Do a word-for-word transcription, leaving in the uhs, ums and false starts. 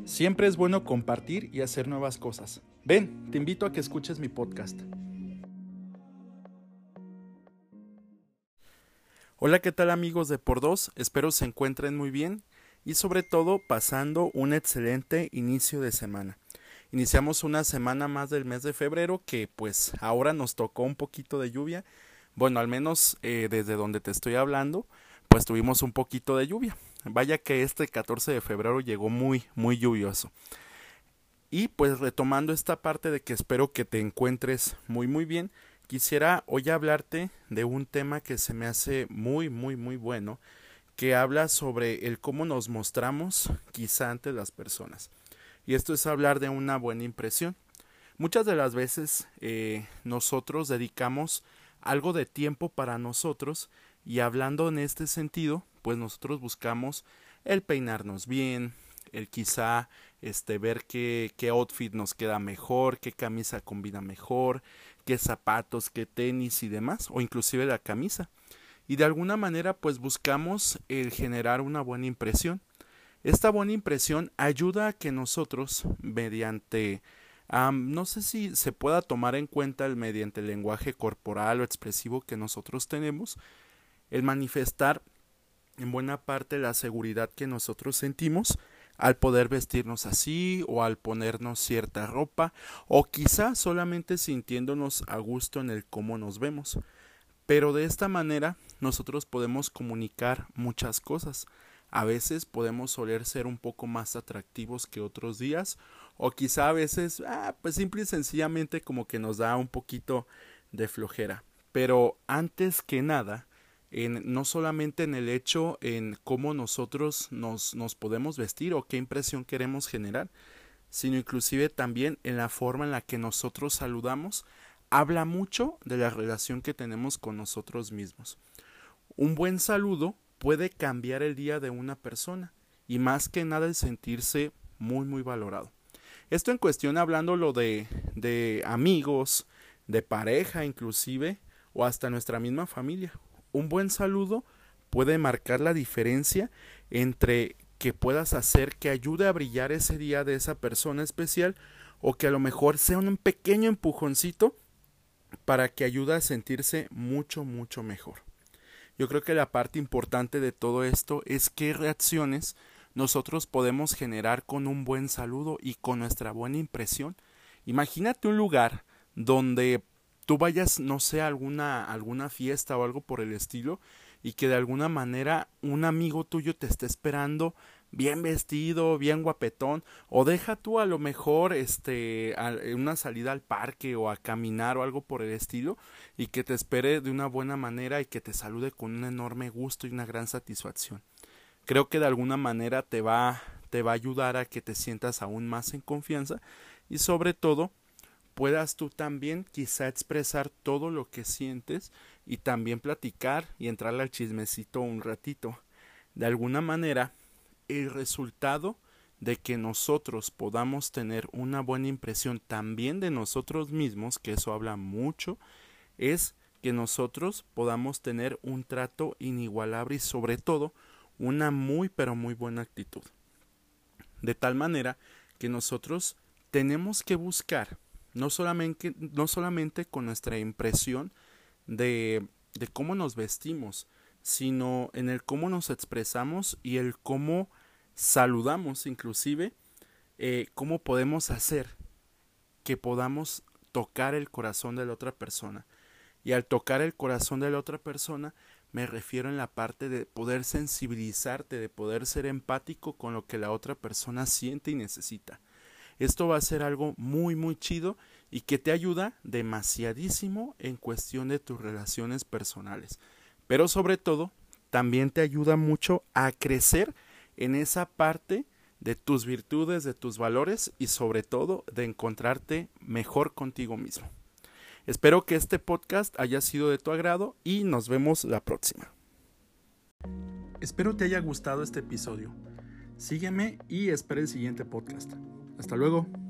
Siempre es bueno compartir y hacer nuevas cosas. Ven, te invito a que escuches mi podcast. Hola, ¿qué tal amigos de Por Dos? Espero se encuentren muy bien y sobre todo pasando un excelente inicio de semana. Iniciamos una semana más del mes de febrero que pues ahora nos tocó un poquito de lluvia. Bueno, al menos eh, desde donde te estoy hablando, pues tuvimos un poquito de lluvia. Vaya que este catorce de febrero llegó muy, muy lluvioso. Y pues retomando esta parte de que espero que te encuentres muy, muy bien, quisiera hoy hablarte de un tema que se me hace muy, muy, muy bueno, que habla sobre el cómo nos mostramos quizá ante las personas. Y esto es hablar de una buena impresión. Muchas de las veces eh, nosotros dedicamos algo de tiempo para nosotros y hablando en este sentido, pues nosotros buscamos el peinarnos bien, el quizá este, ver qué, qué outfit nos queda mejor, qué camisa combina mejor, qué zapatos, qué tenis y demás, o inclusive la camisa. Y de alguna manera pues buscamos el generar una buena impresión. Esta buena impresión ayuda a que nosotros, mediante, um, no sé si se pueda tomar en cuenta el, mediante el lenguaje corporal o expresivo que nosotros tenemos, el manifestar en buena parte la seguridad que nosotros sentimos al poder vestirnos así o al ponernos cierta ropa o quizá solamente sintiéndonos a gusto en el cómo nos vemos. Pero de esta manera nosotros podemos comunicar muchas cosas. A veces podemos soler ser un poco más atractivos que otros días o quizá a veces ah, pues simple y sencillamente como que nos da un poquito de flojera. Pero antes que nada, en, no solamente en el hecho en cómo nosotros nos, nos podemos vestir o qué impresión queremos generar, sino inclusive también en la forma en la que nosotros saludamos, habla mucho de la relación que tenemos con nosotros mismos. Un buen saludo puede cambiar el día de una persona y más que nada el sentirse muy muy valorado. Esto en cuestión hablándolo de, de amigos, de pareja inclusive o hasta nuestra misma familia. Un buen saludo puede marcar la diferencia entre que puedas hacer que ayude a brillar ese día de esa persona especial o que a lo mejor sea un pequeño empujoncito para que ayude a sentirse mucho mucho mejor. Yo creo que la parte importante de todo esto es qué reacciones nosotros podemos generar con un buen saludo y con nuestra buena impresión. Imagínate un lugar donde tú vayas, no sé, a alguna, alguna fiesta o algo por el estilo y que de alguna manera un amigo tuyo te esté esperando bien vestido, bien guapetón, o deja tú a lo mejor este a, una salida al parque o a caminar o algo por el estilo y que te espere de una buena manera y que te salude con un enorme gusto y una gran satisfacción. Creo que de alguna manera te va, te va a ayudar a que te sientas aún más en confianza y sobre todo puedas tú también quizá expresar todo lo que sientes y también platicar y entrarle al chismecito un ratito. De alguna manera, el resultado de que nosotros podamos tener una buena impresión también de nosotros mismos, que eso habla mucho, es que nosotros podamos tener un trato inigualable y sobre todo una muy pero muy buena actitud. De tal manera que nosotros tenemos que buscar no solamente, no solamente con nuestra impresión de, de cómo nos vestimos, sino en el cómo nos expresamos y el cómo saludamos, inclusive eh, cómo podemos hacer que podamos tocar el corazón de la otra persona. Y al tocar el corazón de la otra persona me refiero en la parte de poder sensibilizarte, de poder ser empático con lo que la otra persona siente y necesita. Esto va a ser algo muy muy chido y que te ayuda demasiadísimo en cuestión de tus relaciones personales. Pero sobre todo, también te ayuda mucho a crecer en esa parte de tus virtudes, de tus valores y sobre todo de encontrarte mejor contigo mismo. Espero que este podcast haya sido de tu agrado y nos vemos la próxima. Espero te haya gustado este episodio. Sígueme y espera el siguiente podcast. Hasta luego.